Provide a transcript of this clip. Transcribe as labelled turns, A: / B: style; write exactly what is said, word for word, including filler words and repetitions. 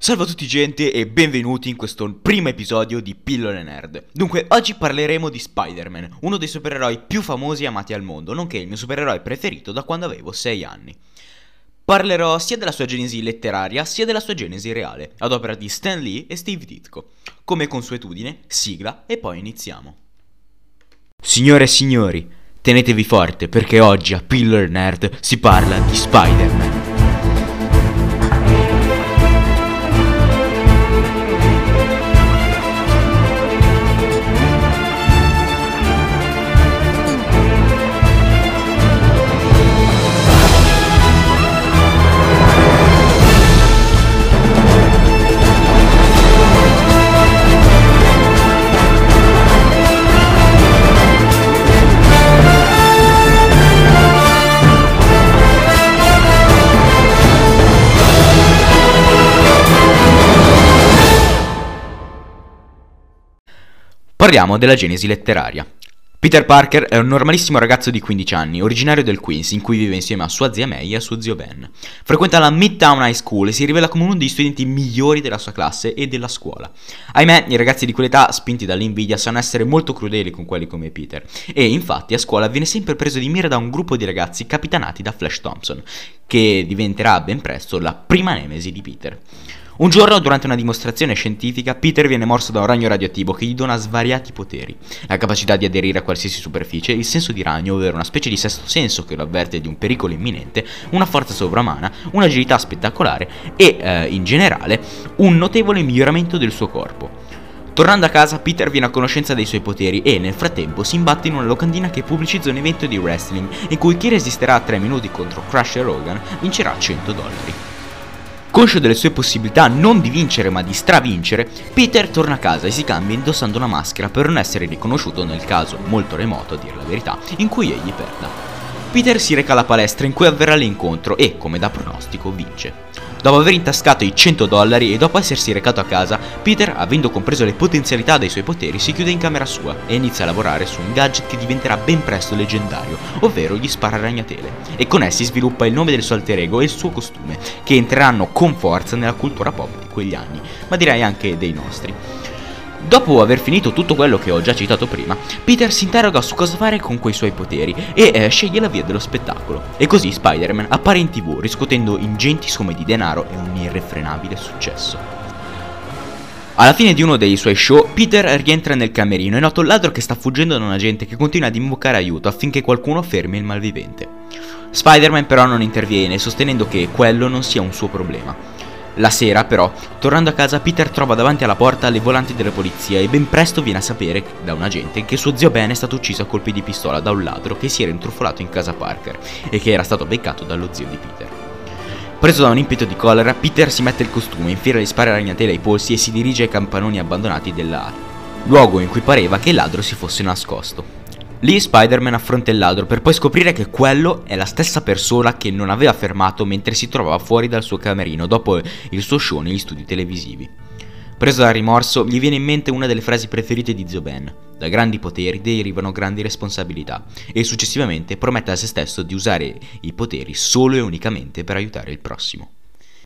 A: Salve a tutti gente e benvenuti in questo primo episodio di Pillole Nerd. Dunque, oggi parleremo di Spider-Man, uno dei supereroi più famosi e amati al mondo, nonché il mio supereroe preferito da quando avevo sei anni. Parlerò sia della sua genesi letteraria sia della sua genesi reale, ad opera di Stan Lee e Steve Ditko. Come consuetudine, sigla e poi iniziamo. Signore e signori, tenetevi forte perché oggi a Pillole Nerd si parla di Spider-Man. Parliamo della genesi letteraria. Peter Parker è un normalissimo ragazzo di quindici anni, originario del Queens, in cui vive insieme a sua zia May e a suo zio Ben. Frequenta la Midtown High School e si rivela come uno degli studenti migliori della sua classe e della scuola. Ahimè, i ragazzi di quell'età, spinti dall'invidia, sanno essere molto crudeli con quelli come Peter, e infatti a scuola viene sempre preso di mira da un gruppo di ragazzi capitanati da Flash Thompson, che diventerà ben presto la prima nemesi di Peter. Un giorno, durante una dimostrazione scientifica, Peter viene morso da un ragno radioattivo che gli dona svariati poteri: la capacità di aderire a qualsiasi superficie, il senso di ragno, ovvero una specie di sesto senso che lo avverte di un pericolo imminente, una forza sovrumana, un'agilità spettacolare e, eh, in generale, un notevole miglioramento del suo corpo. Tornando a casa, Peter viene a conoscenza dei suoi poteri e, nel frattempo, si imbatte in una locandina che pubblicizza un evento di wrestling in cui chi resisterà a tre minuti contro Crusher Hogan vincerà cento dollari. Conscio delle sue possibilità non di vincere ma di stravincere, Peter torna a casa e si cambia indossando una maschera per non essere riconosciuto nel caso, molto remoto a dire la verità, in cui egli perda. Peter si reca alla palestra in cui avverrà l'incontro e, come da pronostico, vince. Dopo aver intascato i cento dollari e dopo essersi recato a casa, Peter, avendo compreso le potenzialità dei suoi poteri, si chiude in camera sua e inizia a lavorare su un gadget che diventerà ben presto leggendario, ovvero gli spararagnatele, e con essi sviluppa il nome del suo alter ego e il suo costume, che entreranno con forza nella cultura pop di quegli anni, ma direi anche dei nostri. Dopo aver finito tutto quello che ho già citato prima, Peter si interroga su cosa fare con quei suoi poteri e eh, sceglie la via dello spettacolo. E così Spider-Man appare in tv riscuotendo ingenti somme di denaro e un irrefrenabile successo. Alla fine di uno dei suoi show, Peter rientra nel camerino e nota un ladro che sta fuggendo da un agente che continua ad invocare aiuto affinché qualcuno fermi il malvivente. Spider-Man però non interviene, sostenendo che quello non sia un suo problema. La sera, però, tornando a casa, Peter trova davanti alla porta le volanti della polizia e ben presto viene a sapere da un agente che suo zio Ben è stato ucciso a colpi di pistola da un ladro che si era intrufolato in casa Parker e che era stato beccato dallo zio di Peter. Preso da un impeto di collera, Peter si mette il costume, infila gli spararagnatele ai polsi e si dirige ai campanoni abbandonati della luogo in cui pareva che il ladro si fosse nascosto. Lì Spider-Man affronta il ladro per poi scoprire che quello è la stessa persona che non aveva fermato mentre si trovava fuori dal suo camerino dopo il suo show negli studi televisivi. Preso dal rimorso, gli viene in mente una delle frasi preferite di zio Ben: da grandi poteri derivano grandi responsabilità, e successivamente promette a se stesso di usare i poteri solo e unicamente per aiutare il prossimo.